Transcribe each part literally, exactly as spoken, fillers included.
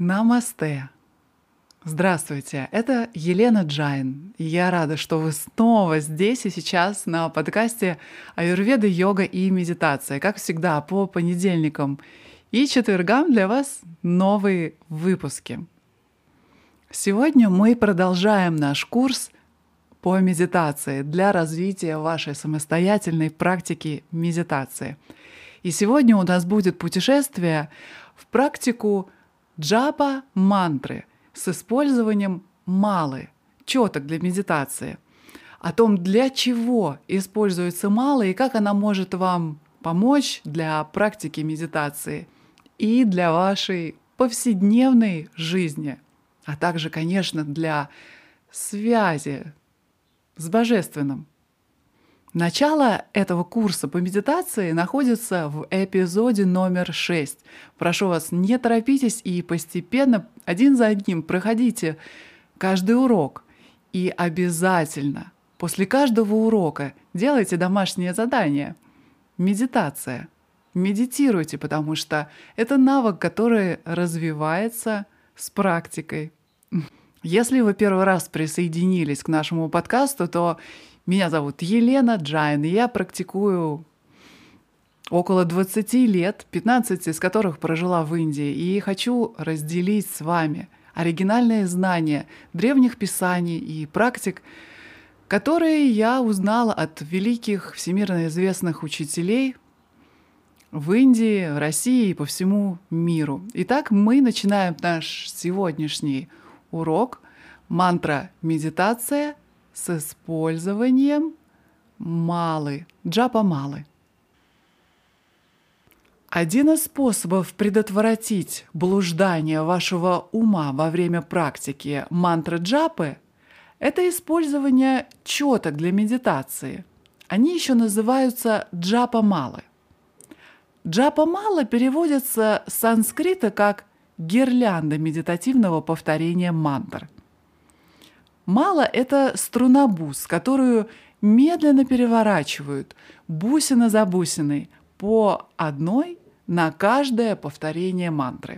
Намасте! Здравствуйте, это Елена Джайн. И я рада, что вы снова здесь и сейчас на подкасте «Аюрведа, йога и медитация». Как всегда, по понедельникам и четвергам для вас новые выпуски. Сегодня мы продолжаем наш курс по медитации для развития вашей самостоятельной практики медитации. И сегодня у нас будет путешествие в практику джапа-мантры с использованием малы, чёток для медитации, о том, для чего используется мала и как она может вам помочь для практики медитации и для вашей повседневной жизни, а также, конечно, для связи с Божественным. Начало этого курса по медитации находится в эпизоде номер шесть. Прошу вас, не торопитесь и постепенно, один за одним, проходите каждый урок. И обязательно после каждого урока делайте домашнее задание. Медитация. Медитируйте, потому что это навык, который развивается с практикой. Если вы первый раз присоединились к нашему подкасту, то меня зовут Елена Джайн, и я практикую около двадцати лет, пятнадцать из которых прожила в Индии, и хочу разделить с вами оригинальные знания древних писаний и практик, которые я узнала от великих всемирно известных учителей в Индии, России и по всему миру. Итак, мы начинаем наш сегодняшний урок «Мантра-медитация» с использованием малы, джапа-малы. Один из способов предотвратить блуждание вашего ума во время практики мантры-джапы – это использование чёток для медитации. Они еще называются джапа-малы. Джапа-мала переводится с санскрита как «гирлянда медитативного повторения мантр». Мала — это струна-бус, которую медленно переворачивают бусина за бусиной по одной на каждое повторение мантры.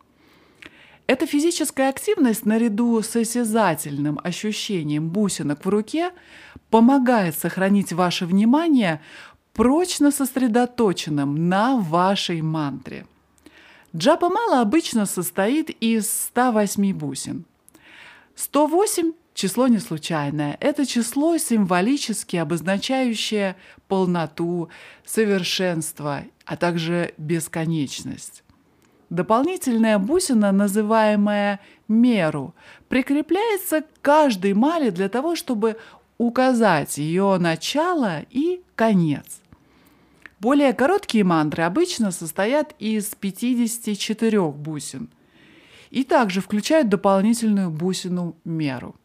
Эта физическая активность наряду с осязательным ощущением бусинок в руке помогает сохранить ваше внимание прочно сосредоточенным на вашей мантре. Джапа-мала обычно состоит из ста восьми бусин. сто восемь — число не случайное. Это число, символически обозначающее полноту, совершенство, а также бесконечность. Дополнительная бусина, называемая меру, прикрепляется к каждой мале для того, чтобы указать ее начало и конец. Более короткие мантры обычно состоят из пятидесяти четырёх бусин и также включают дополнительную бусину меру.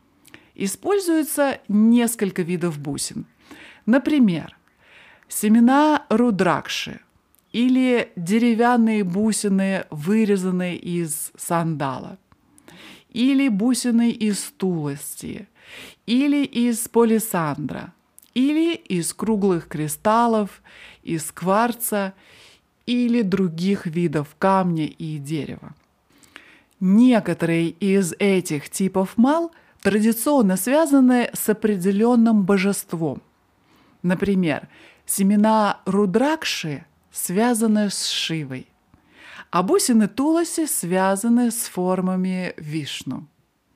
Используется несколько видов бусин. Например, семена рудракши или деревянные бусины, вырезанные из сандала, или бусины из тулости, или из палисандра, или из круглых кристаллов, из кварца или других видов камня и дерева. Некоторые из этих типов мал традиционно связаны с определенным божеством. Например, семена рудракши связаны с Шивой, а бусины туласи связаны с формами Вишну.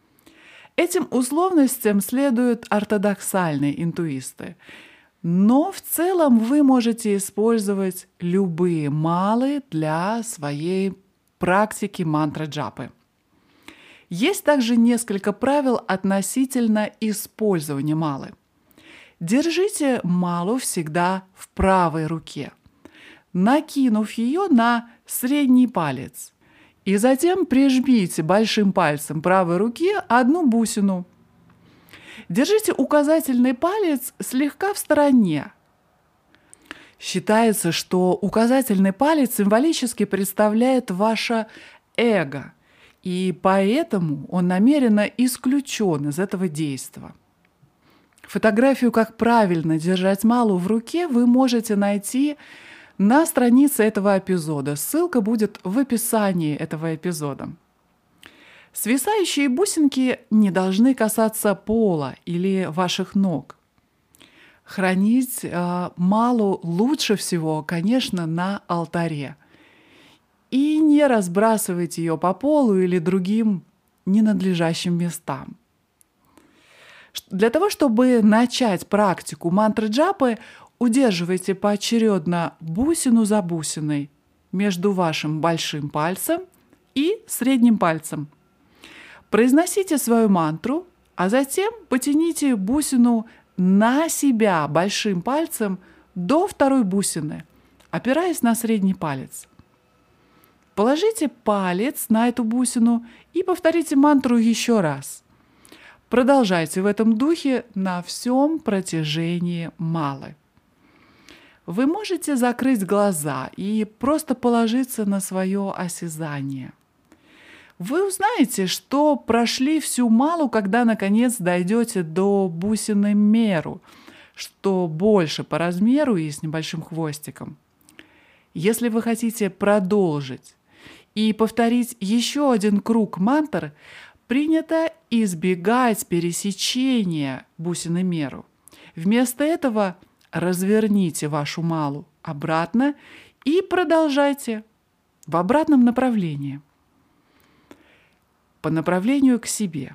Этим условностям следуют ортодоксальные интуисты, но в целом вы можете использовать любые малы для своей практики мантра-джапы. Есть также несколько правил относительно использования малы. Держите малу всегда в правой руке, накинув ее на средний палец, и затем прижмите большим пальцем правой руки одну бусину. Держите указательный палец слегка в стороне. Считается, что указательный палец символически представляет ваше эго, и поэтому он намеренно исключен из этого действа. Фотографию, как правильно держать малу в руке, вы можете найти на странице этого эпизода. Ссылка будет в описании этого эпизода. Свисающие бусинки не должны касаться пола или ваших ног. Хранить э, малу лучше всего, конечно, на алтаре. И не разбрасывать ее по полу или другим ненадлежащим местам. Для того, чтобы начать практику мантры джапы, удерживайте поочередно бусину за бусиной между вашим большим пальцем и средним пальцем. Произносите свою мантру, а затем потяните бусину на себя большим пальцем до второй бусины, опираясь на средний палец. Положите палец на эту бусину и повторите мантру еще раз. Продолжайте в этом духе на всем протяжении малы. Вы можете закрыть глаза и просто положиться на свое осязание. Вы узнаете, что прошли всю малу, когда наконец дойдете до бусины меру, что больше по размеру и с небольшим хвостиком. Если вы хотите продолжить и повторить еще один круг мантр, принято избегать пересечения бусины меру. Вместо этого разверните вашу малу обратно и продолжайте в обратном направлении, по направлению к себе.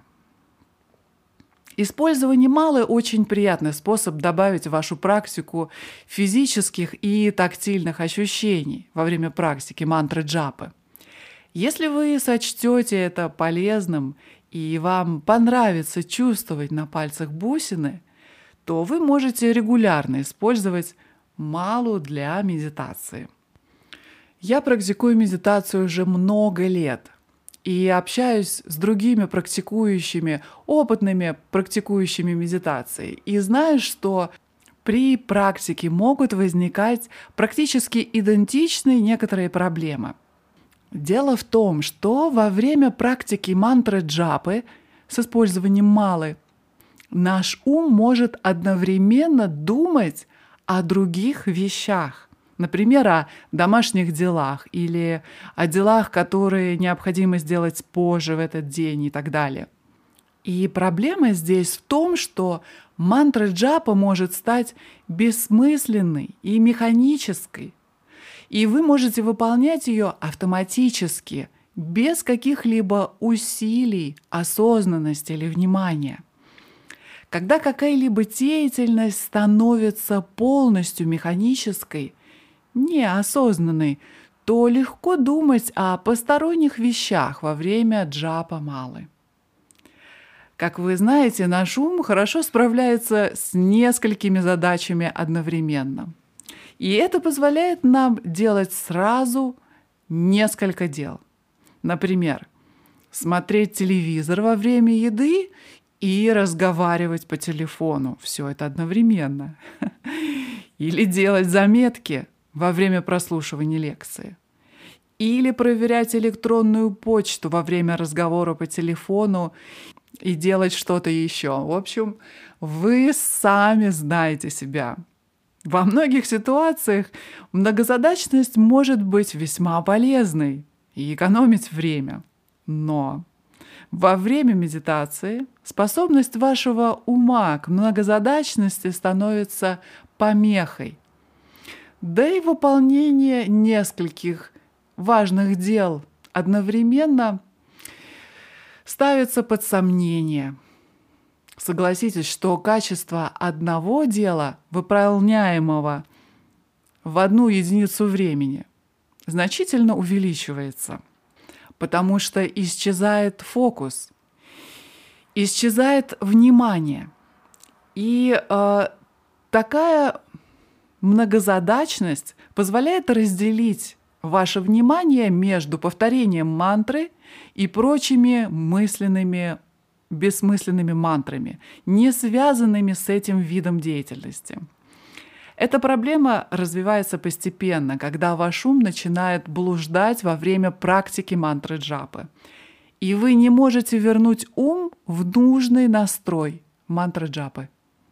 Использование малы – очень приятный способ добавить в вашу практику физических и тактильных ощущений во время практики мантры джапы. Если вы сочтете это полезным и вам понравится чувствовать на пальцах бусины, то вы можете регулярно использовать малу для медитации. Я практикую медитацию уже много лет и общаюсь с другими практикующими, опытными практикующими медитацией. И знаю, что при практике могут возникать практически идентичные некоторые проблемы. Дело в том, что во время практики мантры джапы с использованием малы наш ум может одновременно думать о других вещах, например, о домашних делах или о делах, которые необходимо сделать позже в этот день и так далее. И проблема здесь в том, что мантра джапа может стать бессмысленной и механической, и вы можете выполнять ее автоматически, без каких-либо усилий, осознанности или внимания. Когда какая-либо деятельность становится полностью механической, неосознанной, то легко думать о посторонних вещах во время джапа малы. Как вы знаете, наш ум хорошо справляется с несколькими задачами одновременно. И это позволяет нам делать сразу несколько дел. Например, смотреть телевизор во время еды и разговаривать по телефону. Все это одновременно. Или делать заметки во время прослушивания лекции. Или проверять электронную почту во время разговора по телефону и делать что-то еще. В общем, вы сами знаете себя. Во многих ситуациях многозадачность может быть весьма полезной и экономить время. Но во время медитации способность вашего ума к многозадачности становится помехой. Да и выполнение нескольких важных дел одновременно ставится под сомнение. Согласитесь, что качество одного дела, выполняемого в одну единицу времени, значительно увеличивается, потому что исчезает фокус, исчезает внимание. И э, такая многозадачность позволяет разделить ваше внимание между повторением мантры и прочими мысленными бессмысленными мантрами, не связанными с этим видом деятельности. Эта проблема развивается постепенно, когда ваш ум начинает блуждать во время практики мантры джапы. И вы не можете вернуть ум в нужный настрой мантры джапы.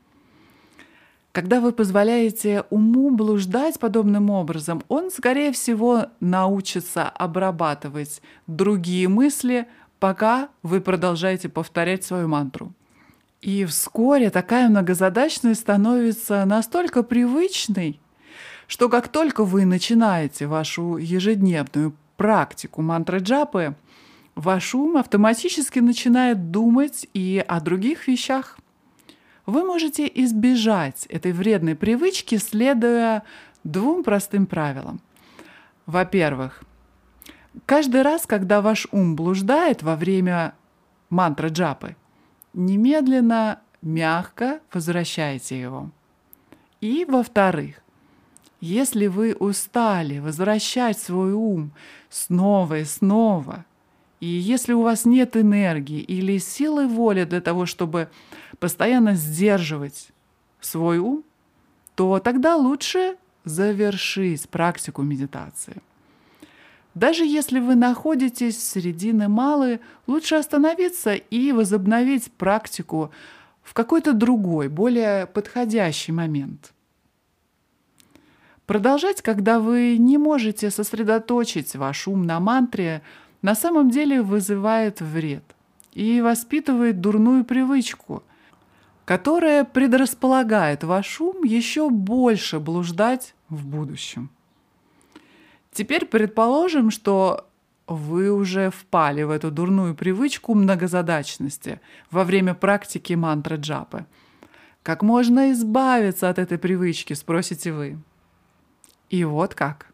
Когда вы позволяете уму блуждать подобным образом, он, скорее всего, научится обрабатывать другие мысли пока вы продолжаете повторять свою мантру. И вскоре такая многозадачность становится настолько привычной, что как только вы начинаете вашу ежедневную практику мантры-джапы, ваш ум автоматически начинает думать и о других вещах. Вы можете избежать этой вредной привычки, следуя двум простым правилам. Во-первых, каждый раз, когда ваш ум блуждает во время мантры-джапы, немедленно, мягко возвращайте его. И во-вторых, если вы устали возвращать свой ум снова и снова, и если у вас нет энергии или силы воли для того, чтобы постоянно сдерживать свой ум, то тогда лучше завершить практику медитации. Даже если вы находитесь в середине малы, лучше остановиться и возобновить практику в какой-то другой, более подходящий момент. Продолжать, когда вы не можете сосредоточить ваш ум на мантре, на самом деле вызывает вред и воспитывает дурную привычку, которая предрасполагает ваш ум еще больше блуждать в будущем. Теперь предположим, что вы уже впали в эту дурную привычку многозадачности во время практики мантры джапы. Как можно избавиться от этой привычки, спросите вы. И вот как.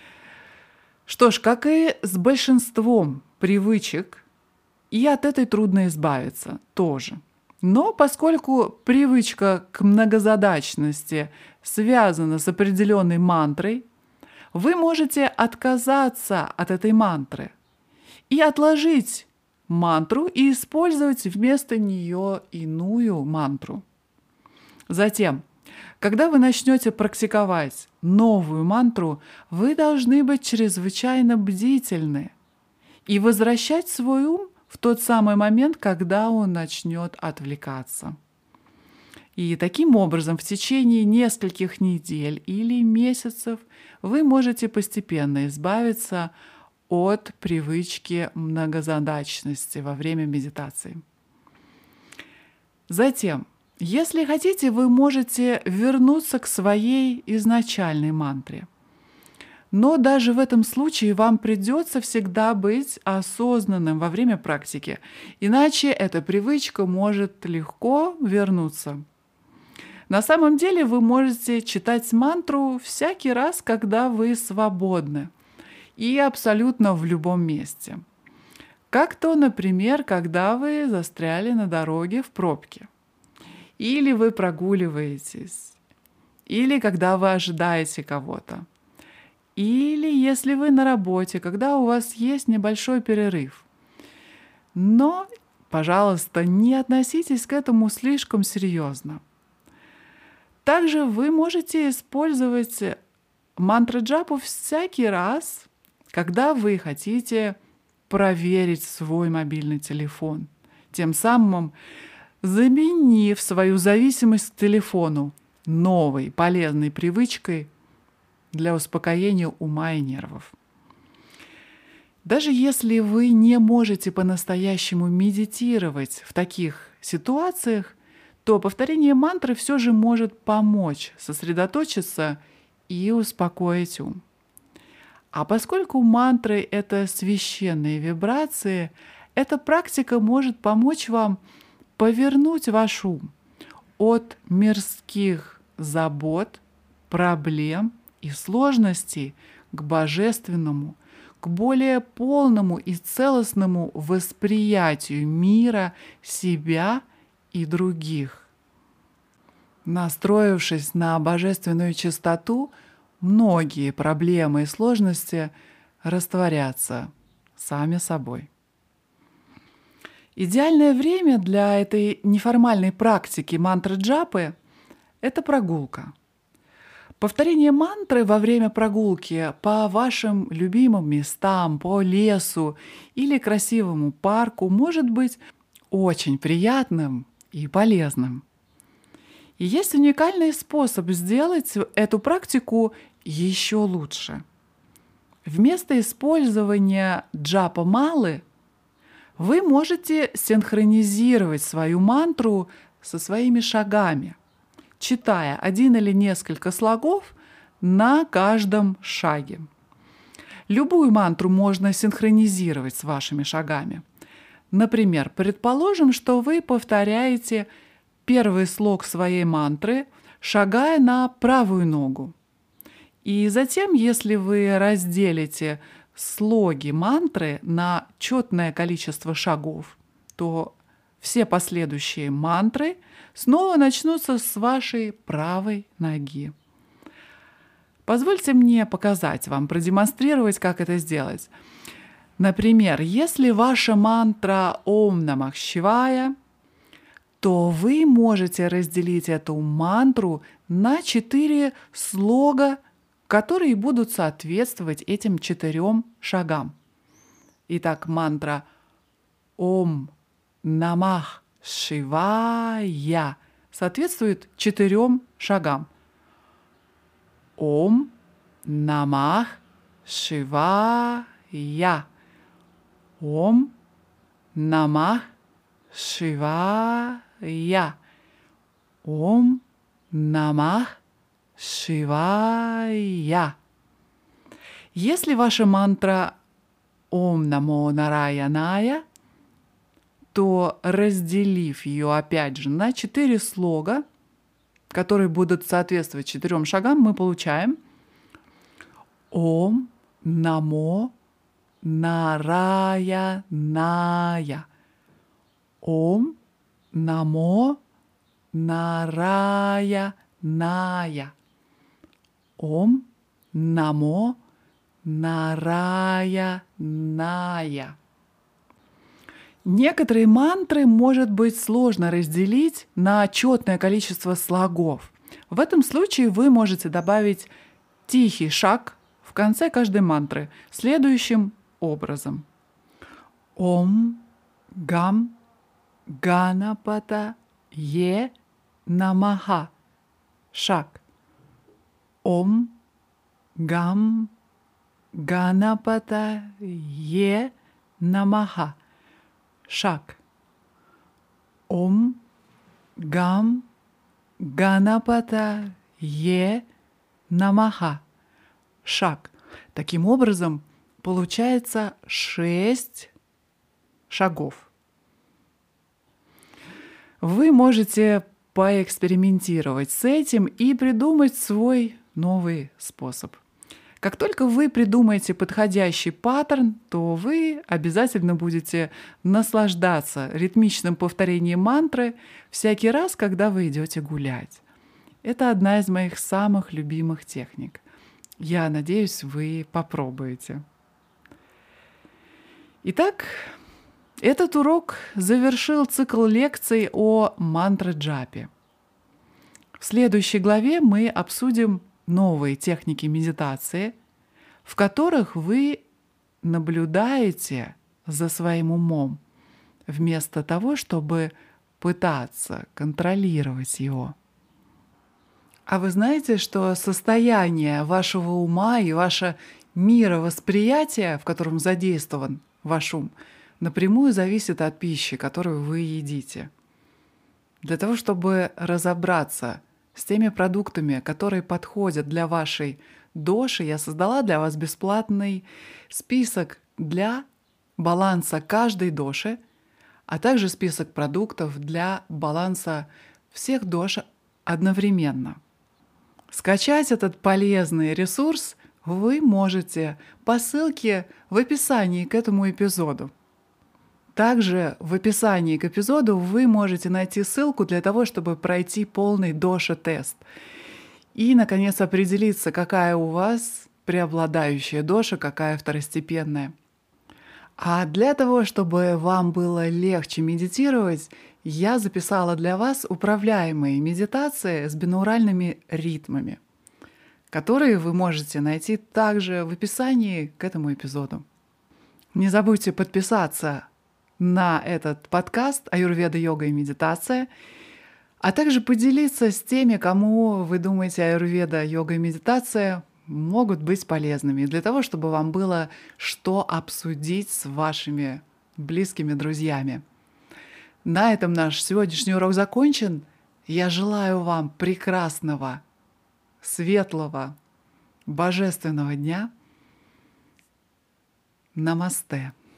Что ж, как и с большинством привычек, и от этой трудно избавиться тоже. Но поскольку привычка к многозадачности связана с определенной мантрой, вы можете отказаться от этой мантры и отложить мантру и использовать вместо нее иную мантру. Затем, когда вы начнете практиковать новую мантру, вы должны быть чрезвычайно бдительны и возвращать свой ум в тот самый момент, когда он начнет отвлекаться. И таким образом в течение нескольких недель или месяцев вы можете постепенно избавиться от привычки многозадачности во время медитации. Затем, если хотите, вы можете вернуться к своей изначальной мантре. Но даже в этом случае вам придется всегда быть осознанным во время практики, иначе эта привычка может легко вернуться. На самом деле вы можете читать мантру всякий раз, когда вы свободны, и абсолютно в любом месте. Как то, например, когда вы застряли на дороге в пробке, или вы прогуливаетесь, или когда вы ожидаете кого-то, или если вы на работе, когда у вас есть небольшой перерыв. Но, пожалуйста, не относитесь к этому слишком серьезно. Также вы можете использовать мантры-джапу всякий раз, когда вы хотите проверить свой мобильный телефон, тем самым заменив свою зависимость к телефону новой полезной привычкой для успокоения ума и нервов. Даже если вы не можете по-настоящему медитировать в таких ситуациях, то повторение мантры все же может помочь сосредоточиться и успокоить ум. А поскольку мантры — это священные вибрации, эта практика может помочь вам повернуть ваш ум от мирских забот, проблем и сложностей к божественному, к более полному и целостному восприятию мира, себя и других. Настроившись на божественную чистоту, многие проблемы и сложности растворятся сами собой. Идеальное время для этой неформальной практики мантры-джапы — это прогулка. Повторение мантры во время прогулки по вашим любимым местам, по лесу или красивому парку может быть очень приятным и полезным. И есть уникальный способ сделать эту практику еще лучше. Вместо использования джапа-малы Вы можете синхронизировать свою мантру со своими шагами, читая один или несколько слогов на каждом шаге. Любую мантру можно синхронизировать с вашими шагами. Например, предположим, что вы повторяете первый слог своей мантры, шагая на правую ногу. И затем, если вы разделите слоги мантры на четное количество шагов, то все последующие мантры снова начнутся с вашей правой ноги. Позвольте мне показать вам, продемонстрировать, как это сделать. Например, если ваша мантра «Ом Намах Шивая», то вы можете разделить эту мантру на четыре слога, которые будут соответствовать этим четырем шагам. Итак, мантра «Ом Намах Шивая» соответствует четырем шагам. Ом Намах Шивая. Ом Намах Шивая. Ом Намах Шивая. Если ваша мантра Ом Намо Нараяная, то, разделив ее опять же на четыре слога, которые будут соответствовать четырем шагам, мы получаем Ом Намо Нараяная. Ом Намо Нараяная. Ом Намо Нараяная. Некоторые мантры может быть сложно разделить на четное количество слогов. В этом случае вы можете добавить тихий шаг в конце каждой мантры следующим образом. Ом Гам Ганапата Е Намаха. Шаг. Ом Гам Ганапата Е Намаха. Шаг. Ом Гам Ганапата Е Намаха. Шаг. Таким образом, получается шесть шагов. Вы можете поэкспериментировать с этим и придумать свой новый способ. Как только вы придумаете подходящий паттерн, то вы обязательно будете наслаждаться ритмичным повторением мантры всякий раз, когда вы идете гулять. Это одна из моих самых любимых техник. Я надеюсь, вы попробуете. Итак, этот урок завершил цикл лекций о мантра-джапе. В следующей главе мы обсудим новые техники медитации, в которых вы наблюдаете за своим умом, вместо того, чтобы пытаться контролировать его. А вы знаете, что состояние вашего ума и ваше мировосприятие, в котором задействован ваш ум, напрямую зависит от пищи, которую вы едите. Для того, чтобы разобраться с теми продуктами, которые подходят для вашей доши, я создала для вас бесплатный список для баланса каждой доши, а также список продуктов для баланса всех дош одновременно. Скачать этот полезный ресурс вы можете по ссылке в описании к этому эпизоду. Также в описании к эпизоду вы можете найти ссылку для того, чтобы пройти полный доша-тест и, наконец, определиться, какая у вас преобладающая доша, какая второстепенная. А для того, чтобы вам было легче медитировать, я записала для вас управляемые медитации с бинауральными ритмами, которые вы можете найти также в описании к этому эпизоду. Не забудьте подписаться на этот подкаст «Аюрведа, йога и медитация», а также поделиться с теми, кому вы думаете, аюрведа, йога и медитация могут быть полезными, для того, чтобы вам было что обсудить с вашими близкими друзьями. На этом наш сегодняшний урок закончен. Я желаю вам прекрасного, светлого, божественного дня. Намасте.